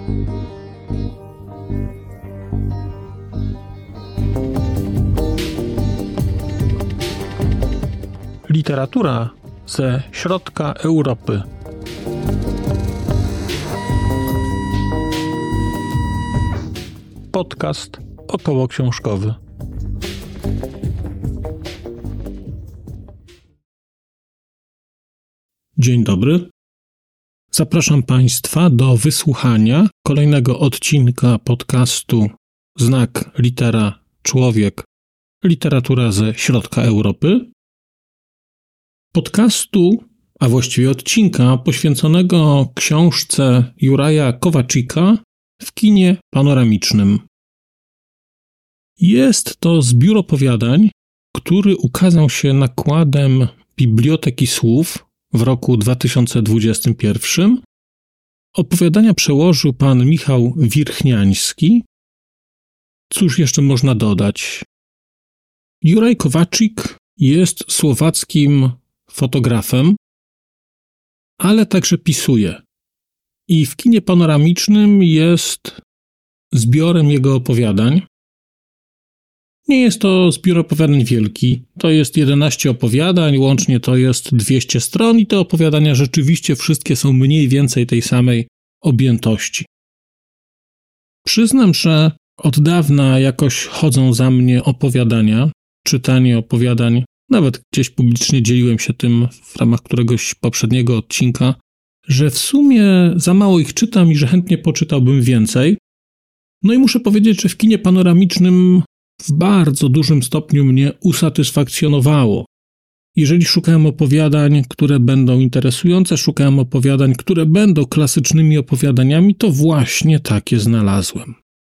Literatura ze środka Europy. Podcast okołoksiążkowy. Dzień dobry. Zapraszam Państwa do wysłuchania kolejnego odcinka podcastu Znak, litera, człowiek. Literatura ze środka Europy. Podcastu, a właściwie odcinka poświęconego książce Juraja Kowaczyka w kinie panoramicznym. Jest to zbiór opowiadań, który ukazał się nakładem Biblioteki Słów w roku 2021. Opowiadania przełożył pan Michał Wirchniański. Cóż jeszcze można dodać? Juraj Kowaczyk jest słowackim fotografem, ale także pisuje. I w kinie panoramicznym jest zbiorem jego opowiadań. Nie jest to zbiór opowiadań wielki. To jest 11 opowiadań, łącznie to jest 200 stron i te opowiadania rzeczywiście wszystkie są mniej więcej tej samej objętości. Przyznam, że od dawna jakoś chodzą za mnie opowiadania, czytanie opowiadań. Nawet gdzieś publicznie dzieliłem się tym w ramach któregoś poprzedniego odcinka, że w sumie za mało ich czytam i że chętnie poczytałbym więcej. No i muszę powiedzieć, że w kinie panoramicznym w bardzo dużym stopniu mnie usatysfakcjonowało. Jeżeli szukałem opowiadań, które będą interesujące, szukałem opowiadań, które będą klasycznymi opowiadaniami, to właśnie takie znalazłem.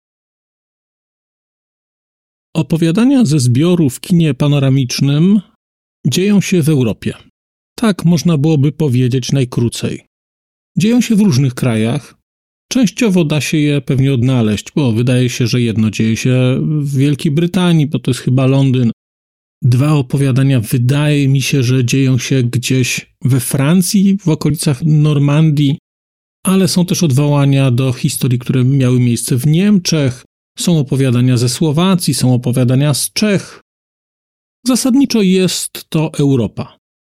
Opowiadania ze zbioru w kinie panoramicznym dzieją się w Europie. Tak można byłoby powiedzieć najkrócej. Dzieją się w różnych krajach. Częściowo da się je pewnie odnaleźć, bo wydaje się, że jedno dzieje się w Wielkiej Brytanii, bo to jest chyba Londyn. 2 opowiadania wydaje mi się, że dzieją się gdzieś we Francji, w okolicach Normandii, ale są też odwołania do historii, które miały miejsce w Niemczech. Są opowiadania ze Słowacji, są opowiadania z Czech. Zasadniczo jest to Europa.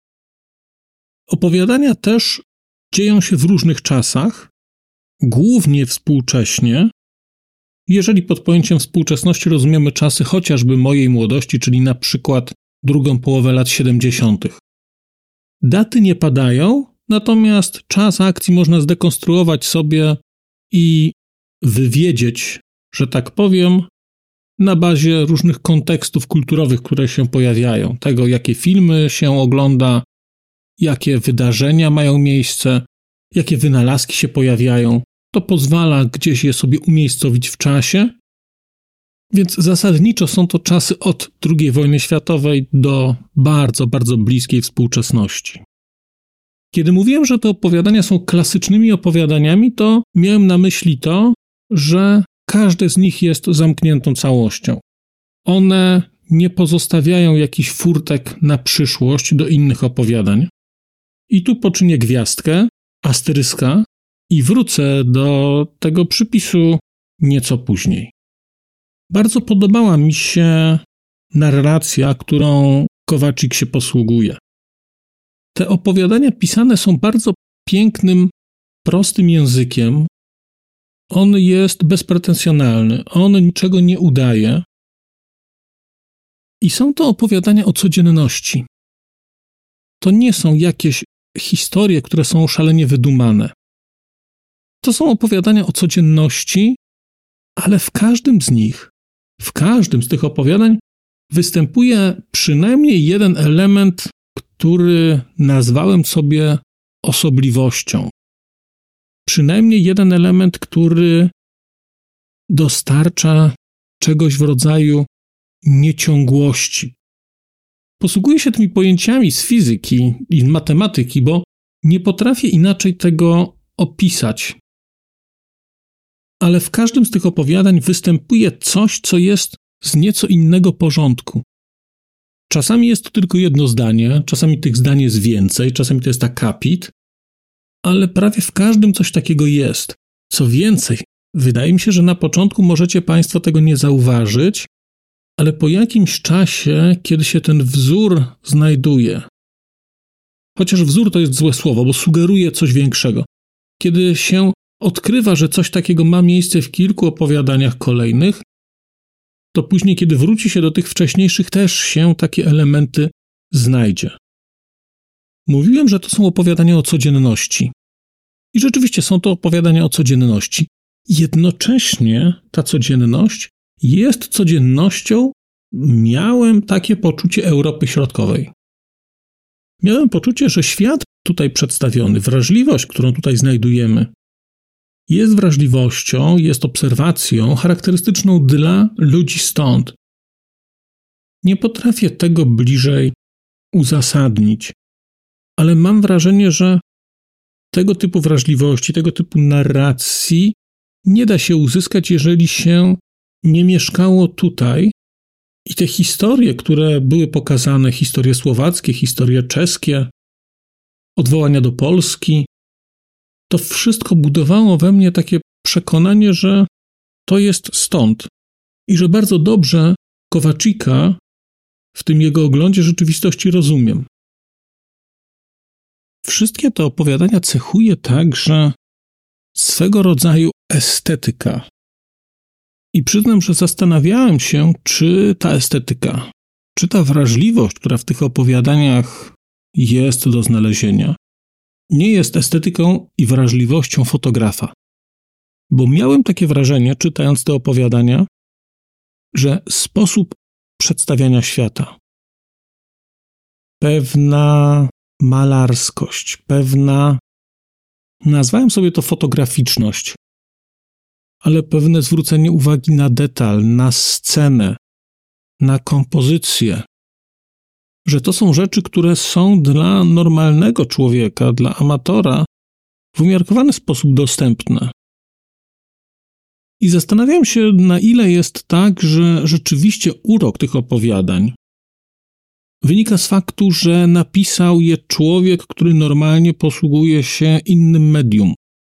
Opowiadania też dzieją się w różnych czasach, głównie współcześnie. Jeżeli pod pojęciem współczesności rozumiemy czasy chociażby mojej młodości, czyli na przykład drugą połowę lat 70. Daty nie padają, natomiast czas akcji można zdekonstruować sobie i wywiedzieć, że tak powiem, na bazie różnych kontekstów kulturowych, które się pojawiają. Tego, jakie filmy się ogląda, jakie wydarzenia mają miejsce, jakie wynalazki się pojawiają. To pozwala gdzieś je sobie umiejscowić w czasie. Więc zasadniczo są to czasy od II wojny światowej do bardzo, bardzo bliskiej współczesności. Kiedy mówiłem, że te opowiadania są klasycznymi opowiadaniami, to miałem na myśli to, że każde z nich jest zamkniętą całością. One nie pozostawiają jakichś furtek na przyszłość do innych opowiadań. I tu poczynię gwiazdkę, asteryska i wrócę do tego przypisu nieco później. Bardzo podobała mi się narracja, którą Kowaczyk się posługuje. Te opowiadania pisane są bardzo pięknym, prostym językiem. On jest bezpretensjonalny, on niczego nie udaje. I są to opowiadania o codzienności. To nie są jakieś historie, które są szalenie wydumane. To są opowiadania o codzienności, ale w każdym z nich, w każdym z tych opowiadań występuje przynajmniej jeden element, który nazwałem sobie osobliwością. Przynajmniej jeden element, który dostarcza czegoś w rodzaju nieciągłości. Posługuję się tymi pojęciami z fizyki i matematyki, bo nie potrafię inaczej tego opisać. Ale w każdym z tych opowiadań występuje coś, co jest z nieco innego porządku. Czasami jest to tylko jedno zdanie, czasami tych zdań jest więcej, czasami to jest akapit, ale prawie w każdym coś takiego jest. Co więcej, Wydaje mi się, że na początku możecie Państwo tego nie zauważyć, ale po jakimś czasie, kiedy się ten wzór znajduje, chociaż wzór to jest złe słowo, bo sugeruje coś większego, kiedy się odkrywa, że coś takiego ma miejsce w kilku opowiadaniach kolejnych, to później, kiedy wróci się do tych wcześniejszych, też się takie elementy znajdzie. Mówiłem, że to są opowiadania o codzienności. I rzeczywiście są to opowiadania o codzienności. Jednocześnie ta codzienność jest codziennością, miałem takie poczucie Europy Środkowej. Miałem poczucie, że świat tutaj przedstawiony, wrażliwość, którą tutaj znajdujemy, jest wrażliwością, jest obserwacją charakterystyczną dla ludzi stąd. Nie potrafię tego bliżej uzasadnić, ale mam wrażenie, że tego typu wrażliwości, tego typu narracji nie da się uzyskać, jeżeli się nie mieszkało tutaj i te historie, które były pokazane, historie słowackie, historie czeskie, odwołania do Polski, to wszystko budowało we mnie takie przekonanie, że to jest stąd i że bardzo dobrze Kowaczyka w tym jego oglądzie rzeczywistości rozumiem. Wszystkie te opowiadania cechuje także swego rodzaju estetyka. I przyznam, że zastanawiałem się, czy ta estetyka, czy ta wrażliwość, która w tych opowiadaniach jest do znalezienia, nie jest estetyką i wrażliwością fotografa. Bo miałem takie wrażenie, czytając te opowiadania, że sposób przedstawiania świata, pewna malarskość, pewna, nazwałem sobie to fotograficzność, ale pewne zwrócenie uwagi na detal, na scenę, na kompozycję, że to są rzeczy, które są dla normalnego człowieka, dla amatora w umiarkowany sposób dostępne. I zastanawiam się, na ile jest tak, że rzeczywiście urok tych opowiadań wynika z faktu, że napisał je człowiek, który normalnie posługuje się innym medium,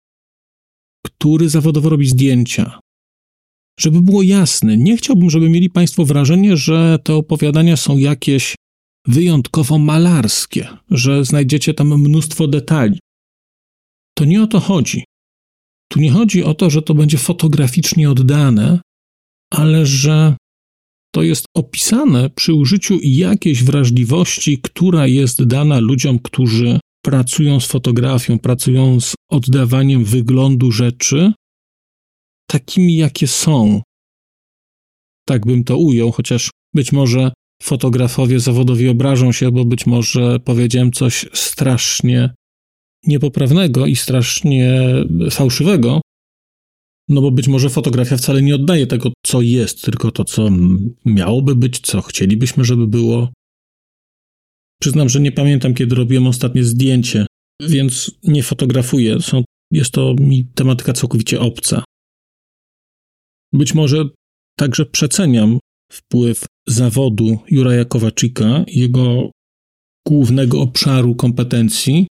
który zawodowo robi zdjęcia. Żeby było jasne, nie chciałbym, żeby mieli Państwo wrażenie, że te opowiadania są jakieś wyjątkowo malarskie, że znajdziecie tam mnóstwo detali. To nie o to chodzi. Tu nie chodzi o to, że to będzie fotograficznie oddane, ale że to jest opisane przy użyciu jakiejś wrażliwości, która jest dana ludziom, którzy pracują z fotografią, pracują z oddawaniem wyglądu rzeczy takimi, jakie są. Tak bym to ujął, chociaż być może fotografowie zawodowi obrażą się, bo być może powiedziałem coś strasznie niepoprawnego i strasznie fałszywego, no bo być może fotografia wcale nie oddaje tego, co jest, tylko to, co miałoby być, co chcielibyśmy, żeby było. Przyznam, że nie pamiętam, kiedy robiłem ostatnie zdjęcie, więc nie fotografuję. Jest to mi tematyka całkowicie obca. Być może także przeceniam wpływ zawodu Juraja Kowaczyka, jego głównego obszaru kompetencji,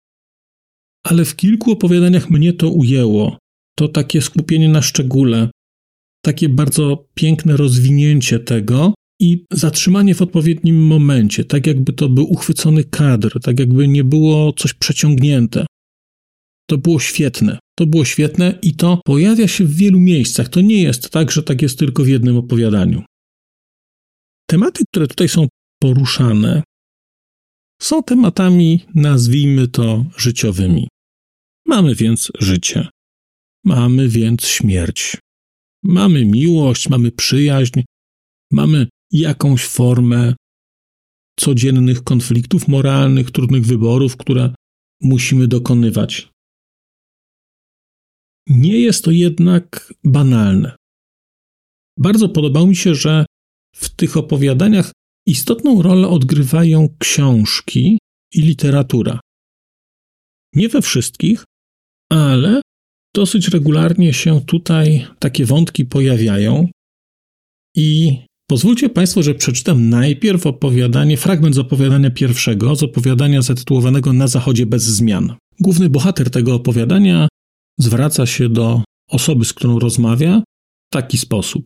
ale w kilku opowiadaniach mnie to ujęło. To takie skupienie na szczególe, takie bardzo piękne rozwinięcie tego i zatrzymanie w odpowiednim momencie, tak jakby to był uchwycony kadr, tak jakby nie było coś przeciągnięte. To było świetne. To było świetne i to pojawia się w wielu miejscach. To nie jest tak, że tak jest tylko w jednym opowiadaniu. Tematy, które tutaj są poruszane, są tematami, nazwijmy to, życiowymi. Mamy więc życie. Mamy więc śmierć. Mamy miłość, mamy przyjaźń, mamy jakąś formę codziennych konfliktów moralnych, trudnych wyborów, które musimy dokonywać. Nie jest to jednak banalne. Bardzo podobało mi się, że w tych opowiadaniach istotną rolę odgrywają książki i literatura. Nie we wszystkich, ale dosyć regularnie się tutaj takie wątki pojawiają i pozwólcie Państwo, że przeczytam najpierw fragment z opowiadania pierwszego, z opowiadania zatytułowanego Na zachodzie bez zmian. Główny bohater tego opowiadania zwraca się do osoby, z którą rozmawia, w taki sposób.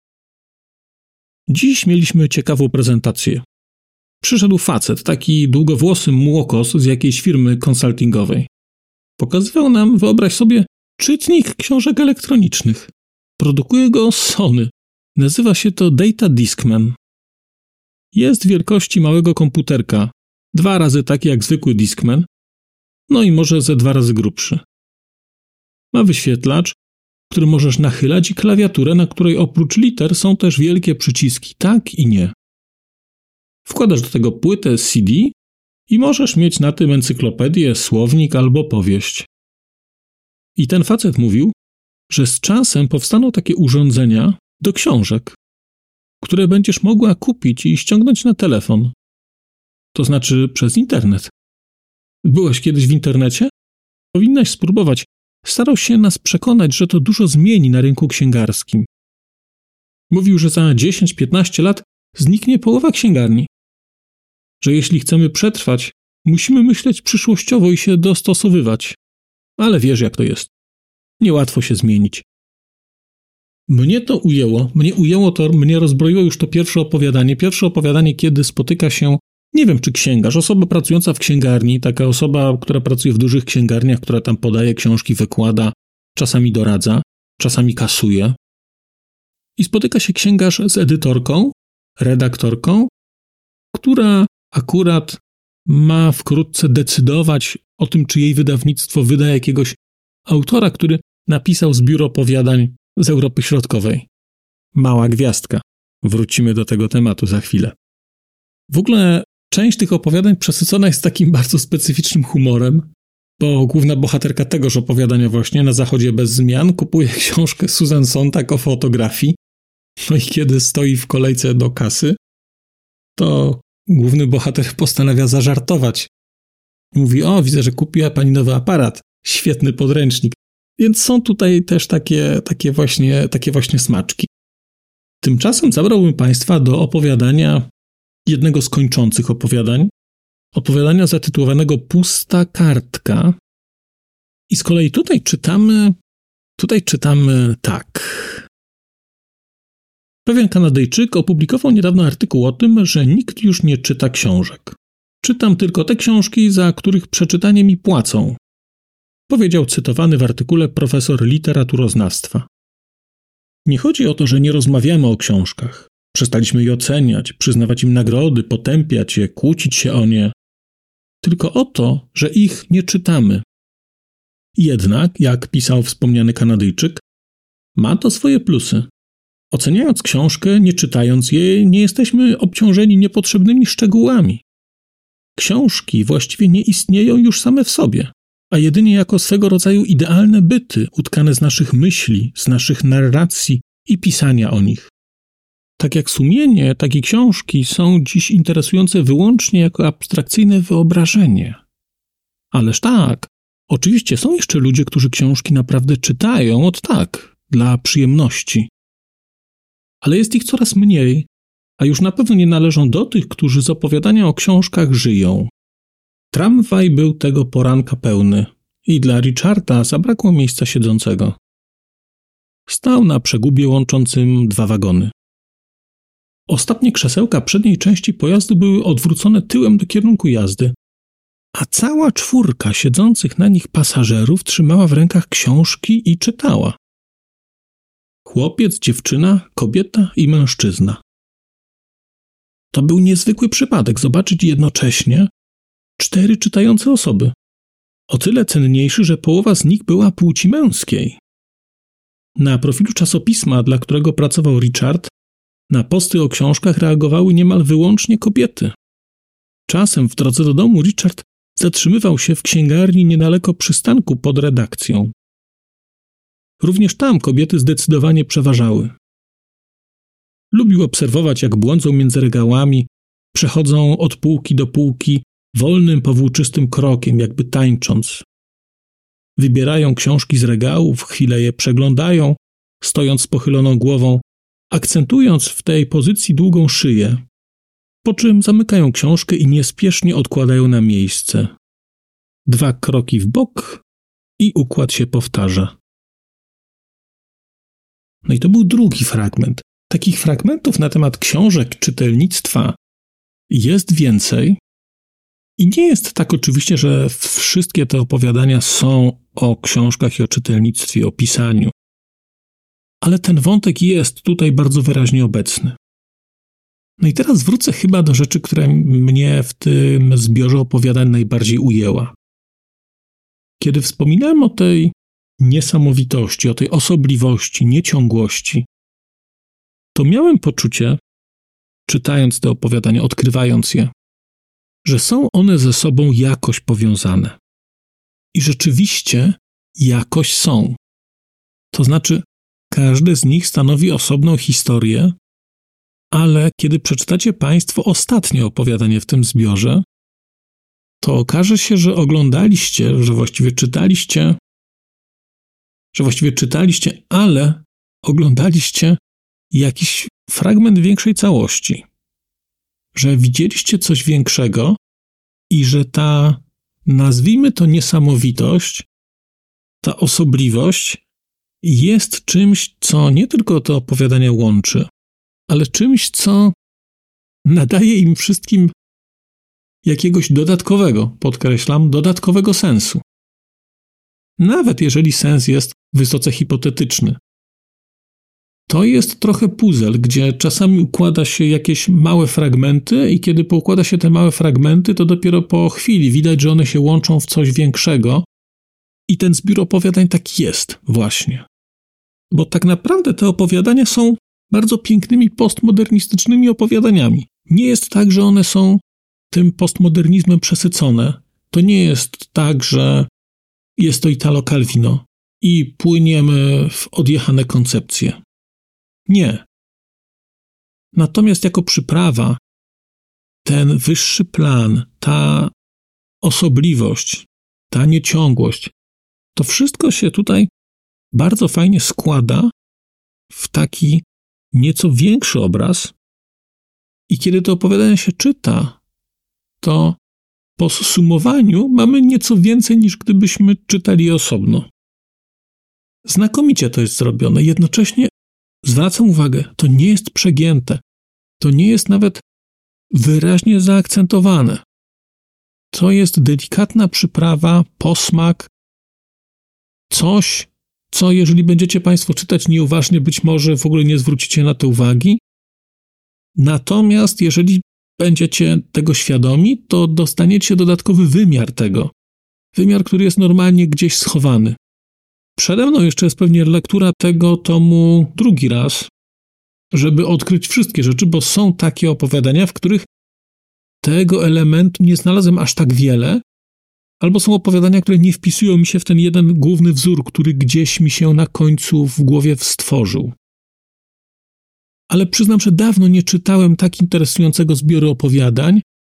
Dziś mieliśmy ciekawą prezentację. Przyszedł facet, taki długowłosy młokos z jakiejś firmy konsultingowej. Pokazywał nam, wyobraź sobie, czytnik książek elektronicznych. Produkuje go Sony. Nazywa się to Data Discman. Jest wielkości małego komputerka, 2 razy taki jak zwykły Discman, no i może ze 2 razy grubszy. Ma wyświetlacz, który możesz nachylać i klawiaturę, na której oprócz liter są też wielkie przyciski tak i nie. Wkładasz do tego płytę CD i możesz mieć na tym encyklopedię, słownik albo powieść. I ten facet mówił, że z czasem powstaną takie urządzenia do książek, które będziesz mogła kupić i ściągnąć na telefon. To znaczy przez internet. Byłeś kiedyś w internecie? Powinnaś spróbować. Starał się nas przekonać, że to dużo zmieni na rynku księgarskim. Mówił, że za 10-15 lat zniknie połowa księgarni. Że jeśli chcemy przetrwać, musimy myśleć przyszłościowo i się dostosowywać. Ale wiesz, jak to jest. Niełatwo się zmienić. Mnie rozbroiło już to pierwsze opowiadanie, kiedy spotyka się, nie wiem czy księgarz, osoba pracująca w księgarni, taka osoba, która pracuje w dużych księgarniach, która tam podaje książki, wykłada, czasami doradza, czasami kasuje. I spotyka się księgarz z edytorką, redaktorką, która akurat ma wkrótce decydować o tym, czy jej wydawnictwo wyda jakiegoś autora, który napisał zbiór opowiadań z Europy Środkowej. Mała gwiazdka. Wrócimy do tego tematu za chwilę. W ogóle część tych opowiadań przesycona jest takim bardzo specyficznym humorem, bo główna bohaterka tegoż opowiadania właśnie na zachodzie bez zmian kupuje książkę Susan Sontag o fotografii, no i kiedy stoi w kolejce do kasy, to główny bohater postanawia zażartować. Mówi, widzę, że kupiła pani nowy aparat, świetny podręcznik. Więc są tutaj też takie właśnie smaczki. Tymczasem zabrałbym państwa do opowiadania, jednego z kończących opowiadań, opowiadania zatytułowanego Pusta kartka. I z kolei tutaj czytamy tak. Pewien Kanadyjczyk opublikował niedawno artykuł o tym, że nikt już nie czyta książek. Czytam tylko te książki, za których przeczytanie mi płacą. Powiedział cytowany w artykule profesor literaturoznawstwa. Nie chodzi o to, że nie rozmawiamy o książkach. Przestaliśmy je oceniać, przyznawać im nagrody, potępiać je, kłócić się o nie. Tylko o to, że ich nie czytamy. Jednak, jak pisał wspomniany Kanadyjczyk, ma to swoje plusy. Oceniając książkę, nie czytając jej, nie jesteśmy obciążeni niepotrzebnymi szczegółami. Książki właściwie nie istnieją już same w sobie, a jedynie jako swego rodzaju idealne byty, utkane z naszych myśli, z naszych narracji i pisania o nich. Tak jak sumienie, tak i książki są dziś interesujące wyłącznie jako abstrakcyjne wyobrażenie. Ależ tak, oczywiście są jeszcze ludzie, którzy książki naprawdę czytają, dla przyjemności. Ale jest ich coraz mniej, a już na pewno nie należą do tych, którzy z opowiadania o książkach żyją. Tramwaj był tego poranka pełny i dla Richarda zabrakło miejsca siedzącego. Stał na przegubie łączącym 2 wagony. Ostatnie krzesełka przedniej części pojazdu były odwrócone tyłem do kierunku jazdy, a cała 4 siedzących na nich pasażerów trzymała w rękach książki i czytała. Chłopiec, dziewczyna, kobieta i mężczyzna. To był niezwykły przypadek zobaczyć jednocześnie 4 czytające osoby. O tyle cenniejszy, że połowa z nich była płci męskiej. Na profilu czasopisma, dla którego pracował Richard, na posty o książkach reagowały niemal wyłącznie kobiety. Czasem w drodze do domu Richard zatrzymywał się w księgarni niedaleko przystanku pod redakcją. Również tam kobiety zdecydowanie przeważały. Lubił obserwować, jak błądzą między regałami, przechodzą od półki do półki wolnym, powłóczystym krokiem, jakby tańcząc. Wybierają książki z regałów, chwilę je przeglądają, stojąc z pochyloną głową, akcentując w tej pozycji długą szyję, po czym zamykają książkę i niespiesznie odkładają na miejsce. 2 kroki w bok i układ się powtarza. No i to był drugi fragment. Takich fragmentów na temat książek, czytelnictwa jest więcej. I nie jest tak oczywiście, że wszystkie te opowiadania są o książkach i o czytelnictwie, o pisaniu. Ale ten wątek jest tutaj bardzo wyraźnie obecny. No i teraz wrócę chyba do rzeczy, która mnie w tym zbiorze opowiadań najbardziej ujęła. Kiedy wspominałem o tej niesamowitości, o tej osobliwości, nieciągłości, to miałem poczucie, czytając te opowiadania, odkrywając je, że są one ze sobą jakoś powiązane. I rzeczywiście jakoś są. To znaczy, każde z nich stanowi osobną historię, ale kiedy przeczytacie Państwo ostatnie opowiadanie w tym zbiorze, to okaże się, że oglądaliście, że właściwie czytaliście, ale oglądaliście jakiś fragment większej całości. Że widzieliście coś większego i że ta, nazwijmy to niesamowitość, ta osobliwość jest czymś, co nie tylko te opowiadania łączy, ale czymś, co nadaje im wszystkim jakiegoś dodatkowego, podkreślam, dodatkowego sensu. Nawet jeżeli sens jest wysoce hipotetyczny. To jest trochę puzzle, gdzie czasami układa się jakieś małe fragmenty i kiedy poukłada się te małe fragmenty, to dopiero po chwili widać, że one się łączą w coś większego i ten zbiór opowiadań tak jest właśnie. Bo tak naprawdę te opowiadania są bardzo pięknymi postmodernistycznymi opowiadaniami. Nie jest tak, że one są tym postmodernizmem przesycone. To nie jest tak, że jest to Italo Calvino i płyniemy w odjechane koncepcje. Nie. Natomiast jako przyprawa ten wyższy plan, ta osobliwość, ta nieciągłość, to wszystko się tutaj bardzo fajnie składa w taki nieco większy obraz i kiedy to opowiadanie się czyta, to po zsumowaniu mamy nieco więcej niż gdybyśmy czytali je osobno. Znakomicie to jest zrobione. Jednocześnie zwracam uwagę, to nie jest przegięte. To nie jest nawet wyraźnie zaakcentowane. To jest delikatna przyprawa, posmak, coś, co jeżeli będziecie Państwo czytać nieuważnie, być może w ogóle nie zwrócicie na to uwagi. Natomiast jeżeli będziecie tego świadomi, to dostaniecie dodatkowy wymiar tego. Wymiar, który jest normalnie gdzieś schowany. Przede mną jeszcze jest pewnie lektura tego tomu drugi raz, żeby odkryć wszystkie rzeczy, bo są takie opowiadania, w których tego elementu nie znalazłem aż tak wiele, albo są opowiadania, które nie wpisują mi się w ten jeden główny wzór, który gdzieś mi się na końcu w głowie stworzył. Ale przyznam, że dawno nie czytałem tak interesującego zbioru opowiadań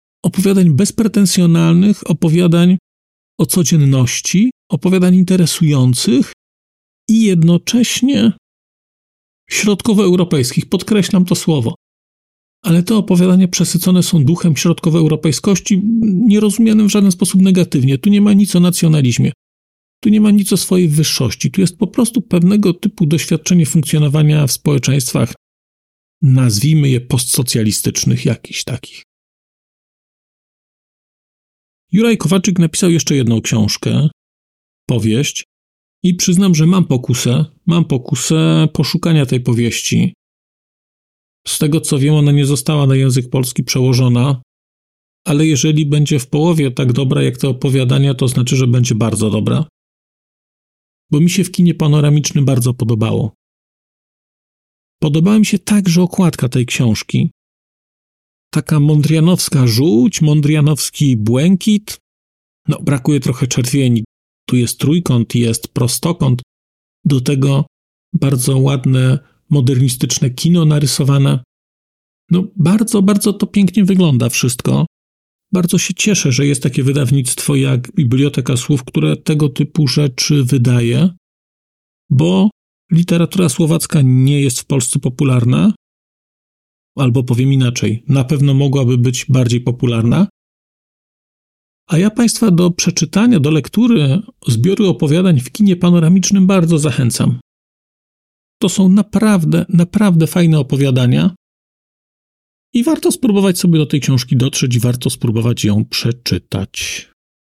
bezpretensjonalnych, opowiadań o codzienności, opowiadań interesujących i jednocześnie środkowoeuropejskich, podkreślam to słowo. Ale te opowiadania przesycone są duchem środkowoeuropejskości, nierozumianym w żaden sposób negatywnie. Tu nie ma nic o nacjonalizmie, tu nie ma nic o swojej wyższości, tu jest po prostu pewnego typu doświadczenie funkcjonowania w społeczeństwach, nazwijmy je postsocjalistycznych, jakichś takich. Juraj Kowaczyk napisał jeszcze jedną książkę, powieść, i przyznam, że mam pokusę poszukania tej powieści. Z tego co wiem, ona nie została na język polski przełożona, ale jeżeli będzie w połowie tak dobra jak te opowiadania, to znaczy, że będzie bardzo dobra. Bo mi się w kinie panoramicznym bardzo podobało. Podobała mi się także okładka tej książki. Taka mondrianowska żółć, mondrianowski błękit. No, brakuje trochę czerwieni. Tu jest trójkąt, jest prostokąt. Do tego bardzo ładne, modernistyczne kino narysowane. No, bardzo, bardzo to pięknie wygląda wszystko. Bardzo się cieszę, że jest takie wydawnictwo jak Biblioteka Słów, które tego typu rzeczy wydaje, bo literatura słowacka nie jest w Polsce popularna, albo powiem inaczej, na pewno mogłaby być bardziej popularna. A ja Państwa do przeczytania, do lektury zbioru opowiadań w kinie panoramicznym bardzo zachęcam. To są naprawdę, naprawdę fajne opowiadania i warto spróbować sobie do tej książki dotrzeć i warto spróbować ją przeczytać.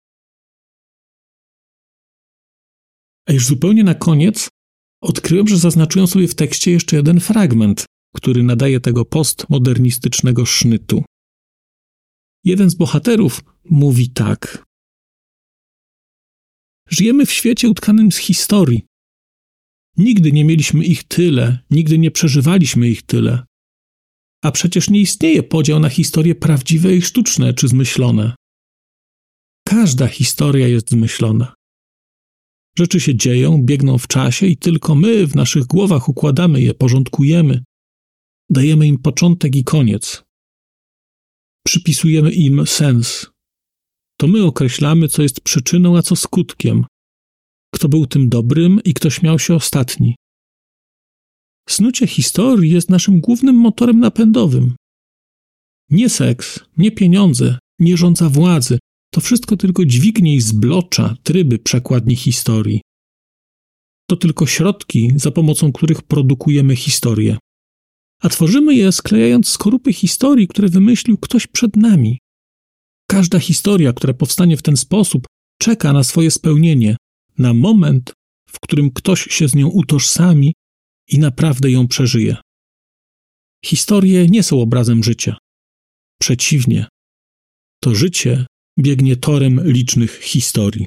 A już zupełnie na koniec odkryłem, że zaznaczyłem sobie w tekście jeszcze jeden fragment, który nadaje tego postmodernistycznego sznytu. Jeden z bohaterów mówi tak. Żyjemy w świecie utkanym z historii. Nigdy nie mieliśmy ich tyle, nigdy nie przeżywaliśmy ich tyle. A przecież nie istnieje podział na historie prawdziwe i sztuczne czy zmyślone. Każda historia jest zmyślona. Rzeczy się dzieją, biegną w czasie i tylko my w naszych głowach układamy je, porządkujemy. Dajemy im początek i koniec. Przypisujemy im sens. To my określamy, co jest przyczyną, a co skutkiem. Kto był tym dobrym i kto śmiał się ostatni. Snucie historii jest naszym głównym motorem napędowym. Nie seks, nie pieniądze, nie rządza władzy. To wszystko tylko dźwignie i zblocza tryby przekładni historii. To tylko środki, za pomocą których produkujemy historię. A tworzymy je sklejając skorupy historii, które wymyślił ktoś przed nami. Każda historia, która powstanie w ten sposób, czeka na swoje spełnienie, na moment, w którym ktoś się z nią utożsami i naprawdę ją przeżyje. Historie nie są obrazem życia. Przeciwnie, to życie biegnie torem licznych historii.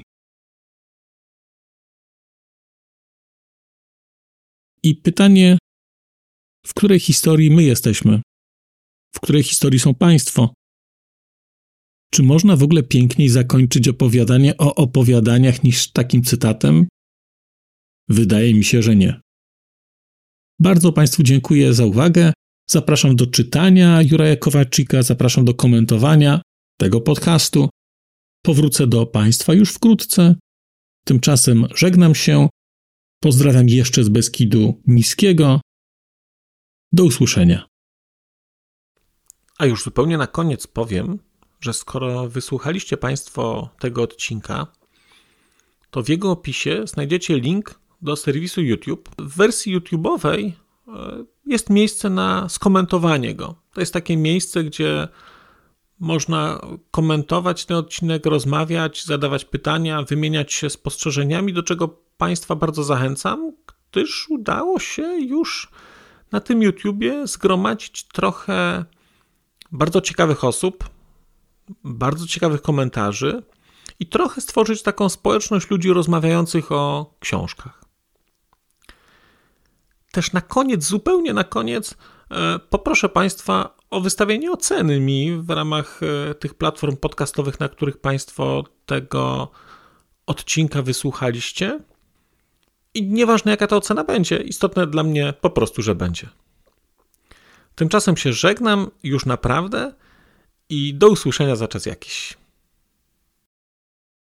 I pytanie, w której historii my jesteśmy? W której historii są państwo? Czy można w ogóle piękniej zakończyć opowiadanie o opowiadaniach niż takim cytatem? Wydaje mi się, że nie. Bardzo Państwu dziękuję za uwagę. Zapraszam do czytania Juraja Kowarczyka, zapraszam do komentowania tego podcastu. Powrócę do Państwa już wkrótce. Tymczasem żegnam się. Pozdrawiam jeszcze z Beskidu Niskiego. Do usłyszenia. A już zupełnie na koniec powiem, że skoro wysłuchaliście Państwo tego odcinka, to w jego opisie znajdziecie link do serwisu YouTube. W wersji YouTube'owej jest miejsce na skomentowanie go. To jest takie miejsce, gdzie można komentować ten odcinek, rozmawiać, zadawać pytania, wymieniać się spostrzeżeniami, do czego Państwa bardzo zachęcam, gdyż udało się już na tym YouTubie zgromadzić trochę bardzo ciekawych osób, bardzo ciekawych komentarzy i trochę stworzyć taką społeczność ludzi rozmawiających o książkach. Też na koniec, zupełnie na koniec, poproszę Państwa o wystawienie oceny mi w ramach tych platform podcastowych, na których Państwo tego odcinka wysłuchaliście. I nieważne jaka ta ocena będzie, istotne dla mnie po prostu, że będzie. Tymczasem się żegnam już naprawdę i do usłyszenia za czas jakiś.